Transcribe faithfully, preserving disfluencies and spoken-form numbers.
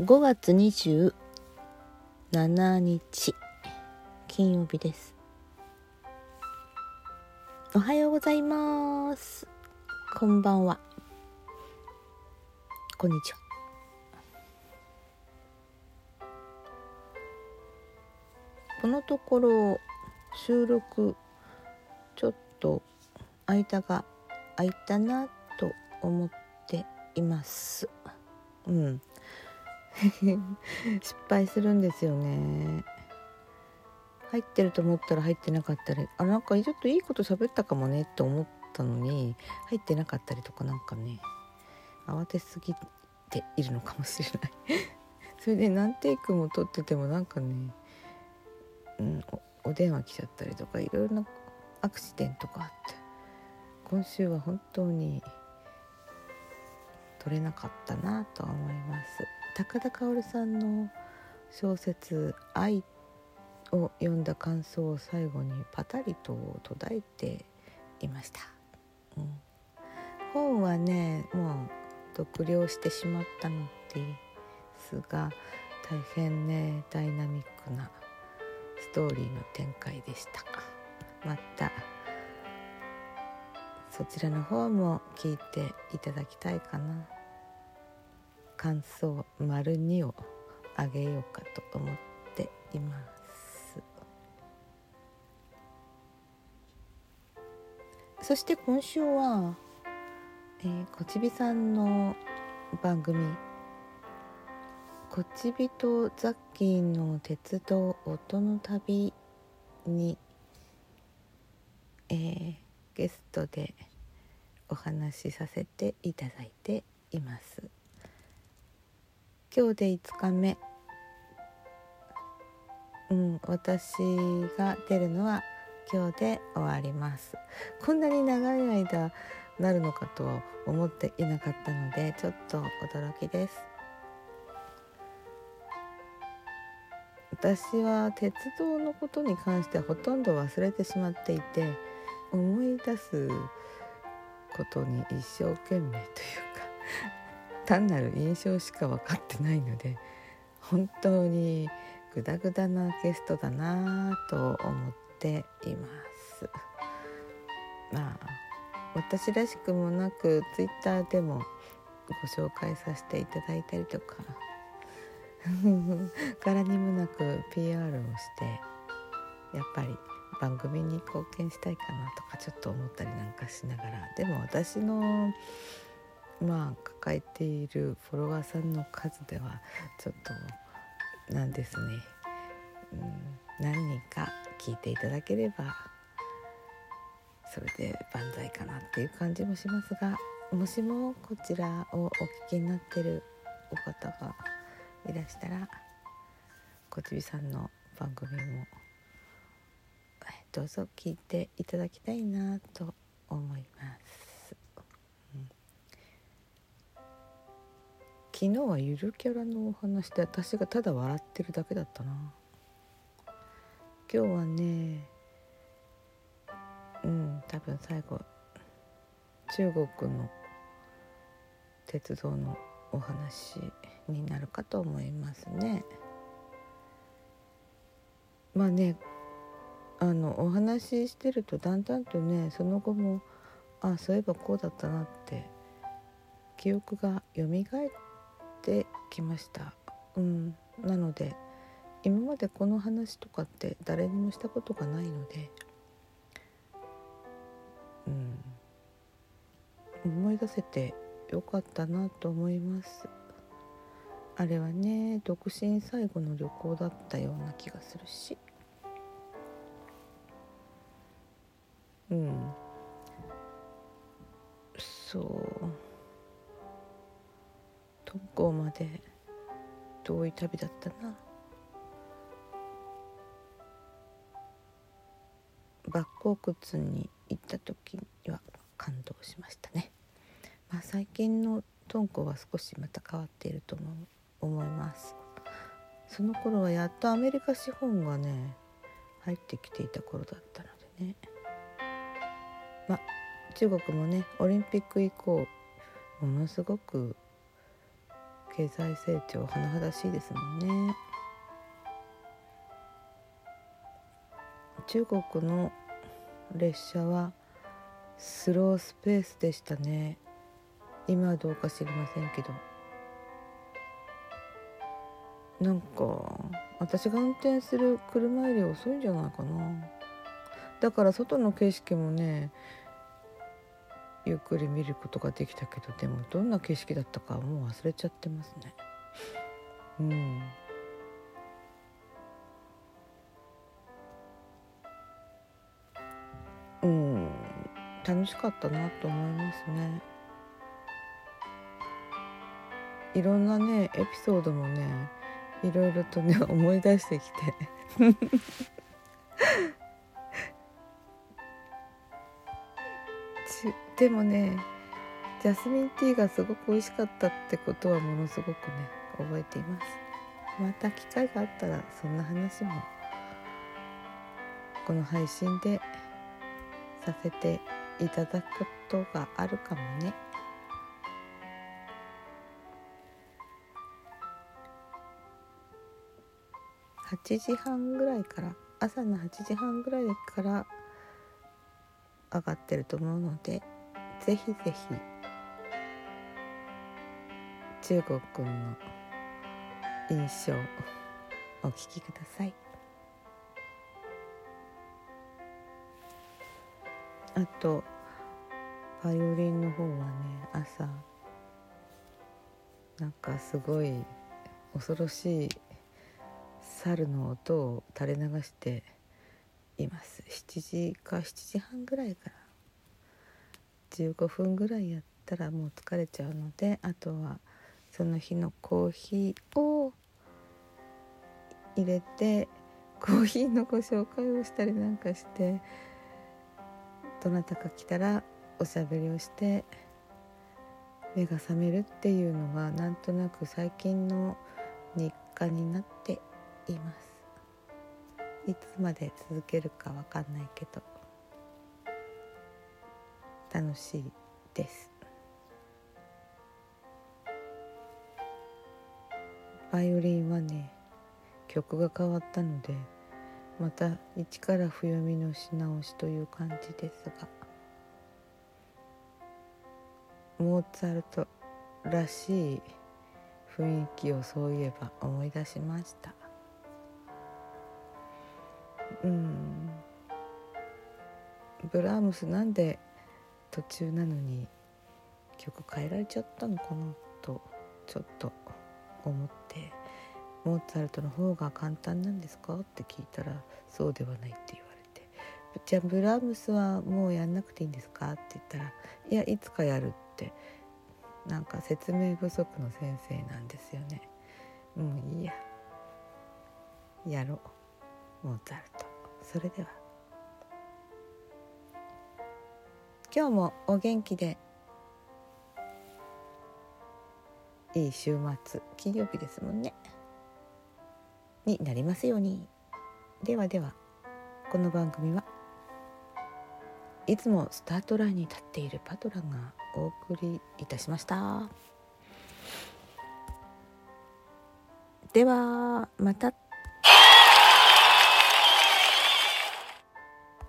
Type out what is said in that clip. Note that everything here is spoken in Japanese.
ごがつにじゅうしちにち金曜日です。おはようございます。こんばんは。こんにちは。このところ収録ちょっと間が空いたなと思っています。うん失敗するんですよね。入ってると思ったら入ってなかったり、あ、なんかちょっといいこと喋ったかもねって思ったのに入ってなかったりとか、なんかね慌てすぎているのかもしれないそれで何テイクも撮っててもなんかね、うん、お, お電話来ちゃったりとかいろいろなアクシデントがあって、今週は本当に撮れなかったなと思います。高田薫さんの小説愛を読んだ感想を最後にパタリと途絶えていました、うん、本はねもう読了してしまったのですが、大変ねダイナミックなストーリーの展開でした。またそちらの方も聞いていただきたいかな。感想丸にをあげようかと思っています。そして今週は、えー、こちびさんの番組こちびとザッキーの鉄道音の旅に、えー、ゲストでお話しさせていただいています。今日でいつかめ、うん、私が出るのは今日で終わります。こんなに長い間なるのかとは思っていなかったのでちょっと驚きです。私は鉄道のことに関してはほとんど忘れてしまっていて、思い出すことに一生懸命というか単なる印象しか分かってないので、本当にグダグダなゲストだなと思っています。まあ私らしくもなくツイッターでもご紹介させていただいたりとか柄にもなく ピーアール をしてやっぱり番組に貢献したいかなとかちょっと思ったりなんかしながら、でも私のまあ抱えているフォロワーさんの数ではちょっとなんですね、うん、何人か聞いていただければそれで万歳かなっていう感じもしますが、もしもこちらをお聞きになっているお方がいらしたらこちびさんの番組もどうぞ聞いていただきたいなと思います、うん、昨日はゆるキャラのお話で私がただ笑ってるだけだったな。今日はねうん多分最後中国の鉄道のお話になるかと思いますね。まあねあのお話ししてるとだんだんとねその後もあそういえばこうだったなって記憶が蘇ってきました、うん、なので今までこの話とかって誰にもしたことがないので、うん、思い出せてよかったなと思います。あれはね独身最後の旅行だったような気がするし、うんそう敦煌まで遠い旅だったな。莫高窟に行った時には感動しましたね。まあ、最近の敦煌は少しまた変わっていると思います。その頃はやっとアメリカ資本がね入ってきていた頃だったのでね、まあ中国もねオリンピック以降ものすごく経済成長甚だしいですもんね。中国の列車はスロースペースでしたね。今はどうか知りませんけど、なんか私が運転する車より遅いんじゃないかな。だから外の景色もねゆっくり見ることができたけど、でもどんな景色だったかもう忘れちゃってますね。うんうん、楽しかったなと思いますね。いろんなねエピソードもねいろいろとね思い出してきてでもねジャスミンティーがすごく美味しかったってことはものすごくね覚えています。また機会があったらそんな話もこの配信でさせていただくことがあるかもね。はちじはんぐらいから朝のはちじはんぐらいから上がってると思うので、ぜひぜひ中国の印象お聞きください。あとバイオリンの方はね朝なんかすごい恐ろしい猿の音を垂れ流しています。しちじかしちじはんぐらいからじゅうごふんぐらいやったらもう疲れちゃうので、あとはその日のコーヒーを入れてコーヒーのご紹介をしたりなんかして、どなたか来たらおしゃべりをして目が覚めるっていうのがなんとなく最近の日課になっています。いつまで続けるかわかんないけど楽しいです。バイオリンはね曲が変わったのでまた一から譜読みのし直しという感じですが、モーツァルトらしい雰囲気をそういえば思い出しました。うんブラームスなんで途中なのに曲変えられちゃったのかなとちょっと思って、モーツァルトの方が簡単なんですかって聞いたらそうではないって言われて、じゃあブラームスはもうやんなくていいんですかって言ったら、いやいつかやるって、なんか説明不足の先生なんですよね。もういいややろうモーツァルト。それでは今日もお元気でいい週末、金曜日ですもんねになりますように。ではでは、この番組はいつもスタートラインに立っているパトラがお送りいたしました。ではまた。